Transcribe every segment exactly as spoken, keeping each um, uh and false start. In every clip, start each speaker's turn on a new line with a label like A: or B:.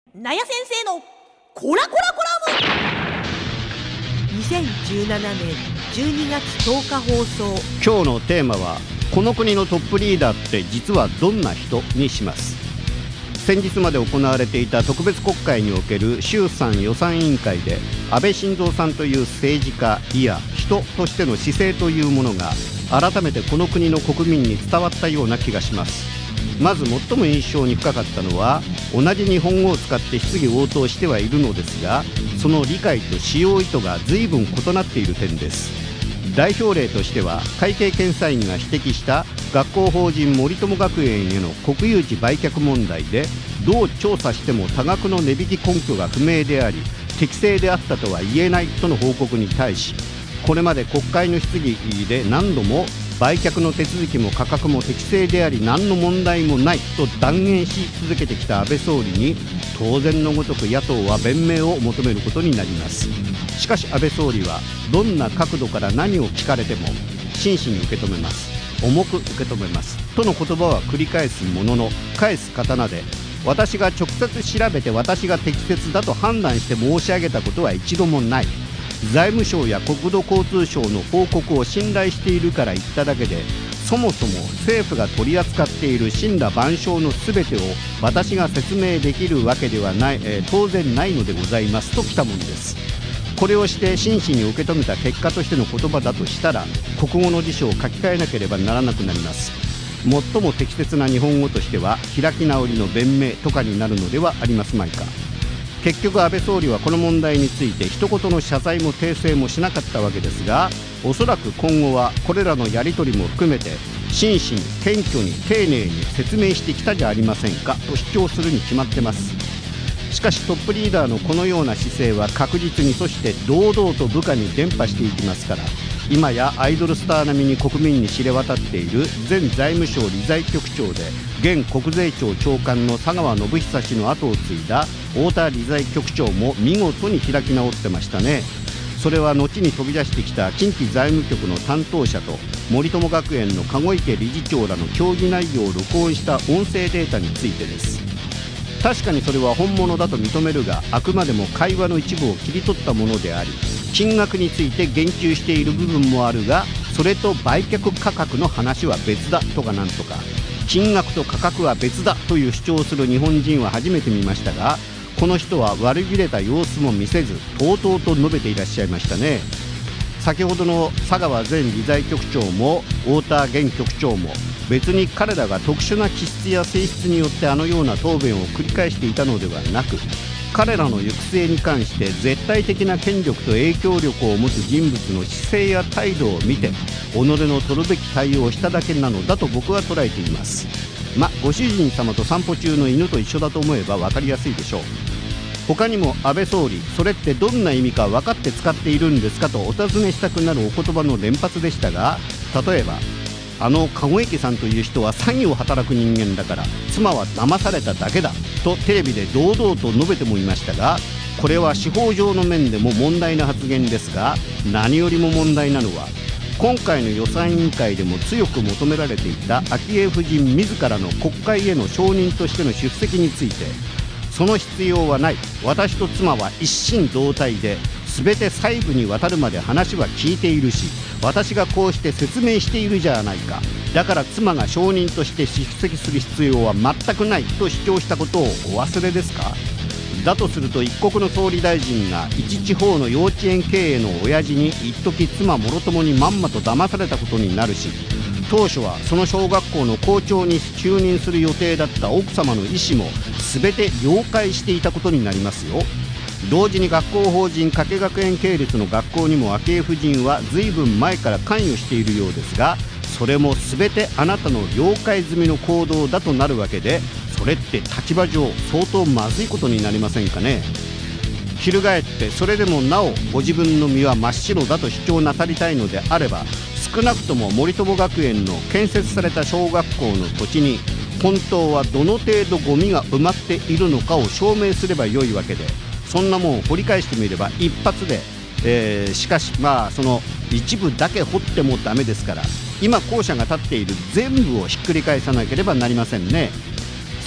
A: なや先生のコラコラコラム。
B: にせんじゅうななねんじゅうにがつとおか放送。
C: 今日のテーマは、この国のトップリーダーって実はどんな人にします。先日まで行われていた特別国会における衆参予算委員会で、安倍晋三さんという政治家、いや人としての姿勢というものが改めてこの国の国民に伝わったような気がします。まず最も印象に深かったのは、同じ日本語を使って質疑応答してはいるのですが、その理解と使用意図が随分異なっている点です。代表例としては、会計検査院が指摘した学校法人森友学園への国有地売却問題で、どう調査しても多額の値引き根拠が不明であり、適正であったとは言えないとの報告に対し、これまで国会の質疑で何度も売却の手続きも価格も適正であり何の問題もないと断言し続けてきた安倍総理に、当然のごとく野党は弁明を求めることになります。しかし安倍総理は、どんな角度から何を聞かれても真摯に受け止めます、重く受け止めますとの言葉は繰り返すものの、返す刀で、私が直接調べて私が適切だと判断して申し上げたことは一度もない。財務省や国土交通省の報告を信頼しているから言っただけで、そもそも政府が取り扱っている森羅万象のすべてを私が説明できるわけではない、えー、当然ないのでございますときたものです。これをして真摯に受け止めた結果としての言葉だとしたら、国語の辞書を書き換えなければならなくなります。最も適切な日本語としては、開き直りの弁明とかになるのではありますまいか。結局安倍総理はこの問題について一言の謝罪も訂正もしなかったわけですが、おそらく今後はこれらのやり取りも含めて真摯に謙虚に丁寧に説明してきたじゃありませんかと主張するに決まってます。しかしトップリーダーのこのような姿勢は確実に、そして堂々と部下に伝播していきますから、今やアイドルスター並みに国民に知れ渡っている前財務省理財局長で現国税庁長官の佐川宣寿氏の後を継いだ太田理財局長も見事に開き直ってましたね。それは後に飛び出してきた近畿財務局の担当者と森友学園の籠池理事長らの協議内容を録音した音声データについてです。確かにそれは本物だと認めるが、あくまでも会話の一部を切り取ったものであり、金額について言及している部分もあるが、それと売却価格の話は別だとかなんとか、金額と価格は別だという主張をする日本人は初めて見ましたが、この人は悪びれた様子も見せず、とうとうと述べていらっしゃいましたね。先ほどの佐川前理財局長も太田現局長も、別に彼らが特殊な気質や性質によってあのような答弁を繰り返していたのではなく、彼らの行く末に関して絶対的な権力と影響力を持つ人物の姿勢や態度を見て、己の取るべき対応をしただけなのだと僕は捉えています。ま、ご主人様と散歩中の犬と一緒だと思えば分かりやすいでしょう。他にも安倍総理、それってどんな意味か分かって使っているんですかとお尋ねしたくなるお言葉の連発でしたが、例えば、あの籠池さんという人は詐欺を働く人間だから妻は騙されただけだとテレビで堂々と述べてもいましたが、これは司法上の面でも問題な発言ですが、何よりも問題なのは、今回の予算委員会でも強く求められていた昭恵夫人自らの国会への承認としての出席について、その必要はない、私と妻は一心同体で全て細部にわたるまで話は聞いているし、私がこうして説明しているじゃないか、だから妻が証人として出席する必要は全くないと主張したことをお忘れですか。だとすると、一国の総理大臣が一地方の幼稚園経営の親父に一時妻もろともにまんまと騙されたことになるし、当初はその小学校の校長に就任する予定だった奥様の意思も全て了解していたことになりますよ。同時に学校法人加計学園系列の学校にも昭恵夫人は随分前から関与しているようですが、それも全てあなたの了解済みの行動だとなるわけで、それって立場上相当まずいことになりませんかね。翻ってそれでもなおご自分の身は真っ白だと主張なさりたいのであれば、少なくとも森友学園の建設された小学校の土地に本当はどの程度ゴミが埋まっているのかを証明すればよいわけで、そんなもんを掘り返してみれば一発で、えー、しかしまあその一部だけ掘ってもダメですから、今校舎が建っている全部をひっくり返さなければなりませんね。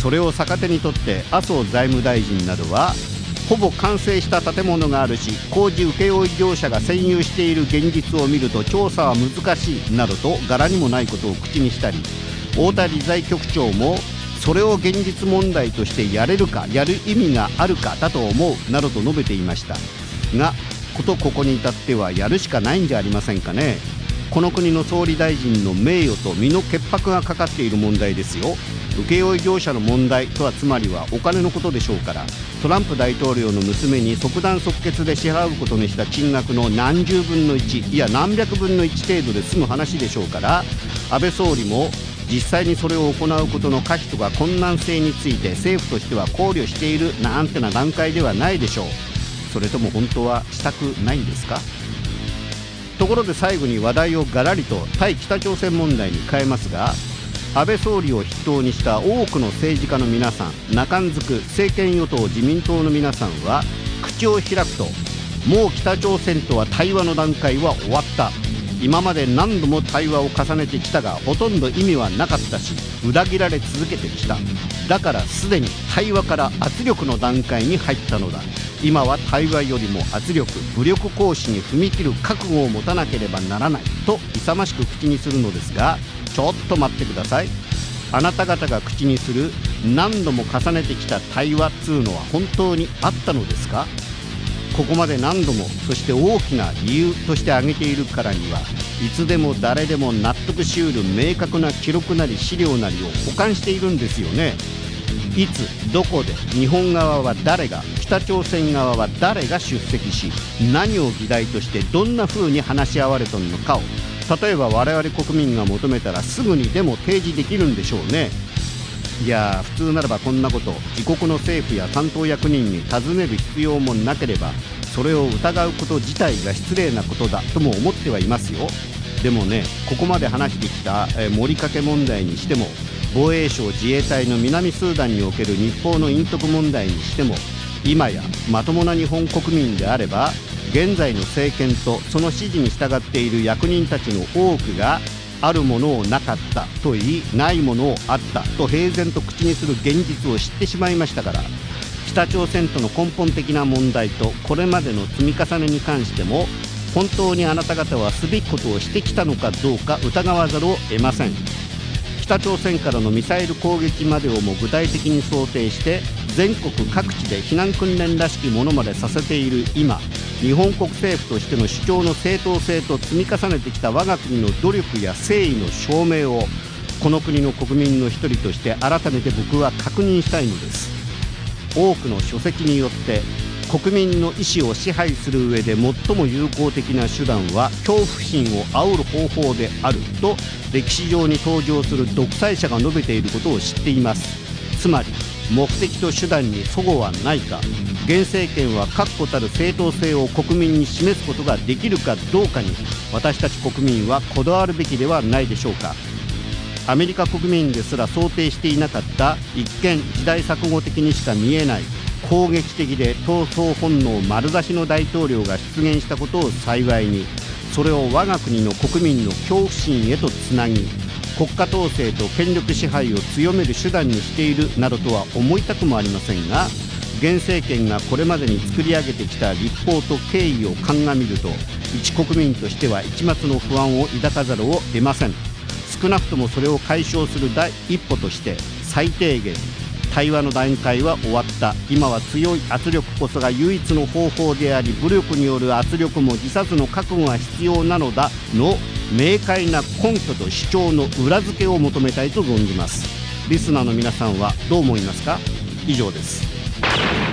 C: それを逆手にとって麻生財務大臣などは、ほぼ完成した建物があるし、工事請負業者が占有している現実を見ると調査は難しいなどと柄にもないことを口にしたり、太田理財局長もそれを現実問題としてやれるかやる意味があるかだと思うなどと述べていましたが、ことここに至ってはやるしかないんじゃありませんかね。この国の総理大臣の名誉と身の潔白がかかっている問題ですよ。請負業者の問題とはつまりはお金のことでしょうから、トランプ大統領の娘に即断即決で支払うことにした金額の何十分のいち、いや何百分のいち程度で済む話でしょうから、安倍総理も実際にそれを行うことの可否とか困難性について政府としては考慮しているなんてな段階ではないでしょう。それとも本当はしたくないんですか。ところで最後に話題をガラリと対北朝鮮問題に変えますが、安倍総理を筆頭にした多くの政治家の皆さん、中んづく政権与党自民党の皆さんは口を開くと、もう北朝鮮とは対話の段階は終わった、今まで何度も対話を重ねてきたがほとんど意味はなかったし裏切られ続けてきた、だからすでに対話から圧力の段階に入ったのだ、今は対話よりも圧力、武力行使に踏み切る覚悟を持たなければならないと勇ましく口にするのですが、ちょっと待ってください。あなた方が口にする何度も重ねてきた対話っつうのは本当にあったのですか。ここまで何度も、そして大きな理由として挙げているからには、いつでも誰でも納得しうる明確な記録なり資料なりを保管しているんですよね。いつどこで日本側は誰が、北朝鮮側は誰が出席し、何を議題としてどんな風に話し合われたのかを、例えば我々国民が求めたらすぐにでも提示できるんでしょうね。いや普通ならばこんなこと自国の政府や担当役人に尋ねる必要もなければ、それを疑うこと自体が失礼なことだとも思ってはいますよ。でもね、ここまで話してきたえ盛りかけ問題にしても、防衛省自衛隊の南スーダンにおける日報の隠匿問題にしても、今やまともな日本国民であれば現在の政権とその指示に従っている役人たちの多くが、あるものをなかったと言い、ないものをあったと平然と口にする現実を知ってしまいましたから、北朝鮮との根本的な問題とこれまでの積み重ねに関しても、本当にあなた方はすべきことをしてきたのかどうか疑わざるを得ません。北朝鮮からのミサイル攻撃までをも具体的に想定して全国各地で避難訓練らしきものまでさせている今、日本国政府としての主張の正当性と積み重ねてきた我が国の努力や誠意の証明を、この国の国民の一人として改めて僕は確認したいのです。多くの書籍によって国民の意思を支配する上で最も有効的な手段は恐怖心を煽る方法であると歴史上に登場する独裁者が述べていることを知っています。つまり目的と手段に齟齬はないか、現政権は確固たる正当性を国民に示すことができるかどうかに、私たち国民はこだわるべきではないでしょうか。アメリカ国民ですら想定していなかった一見時代錯誤的にしか見えない攻撃的で闘争本能丸出しの大統領が出現したことを幸いに、それを我が国の国民の恐怖心へとつなぎ、国家統制と権力支配を強める手段にしているなどとは思いたくもありませんが、現政権がこれまでに作り上げてきた立法と経緯を鑑みると、一国民としては一抹の不安を抱かざるを得ません。少なくともそれを解消する第一歩として最低限対話の段階は終わった、今は強い圧力こそが唯一の方法であり、武力による圧力も辞さずの覚悟が必要なのだの明快な根拠と主張の裏付けを求めたいと存じます。リスナーの皆さんはどう思いますか。以上です。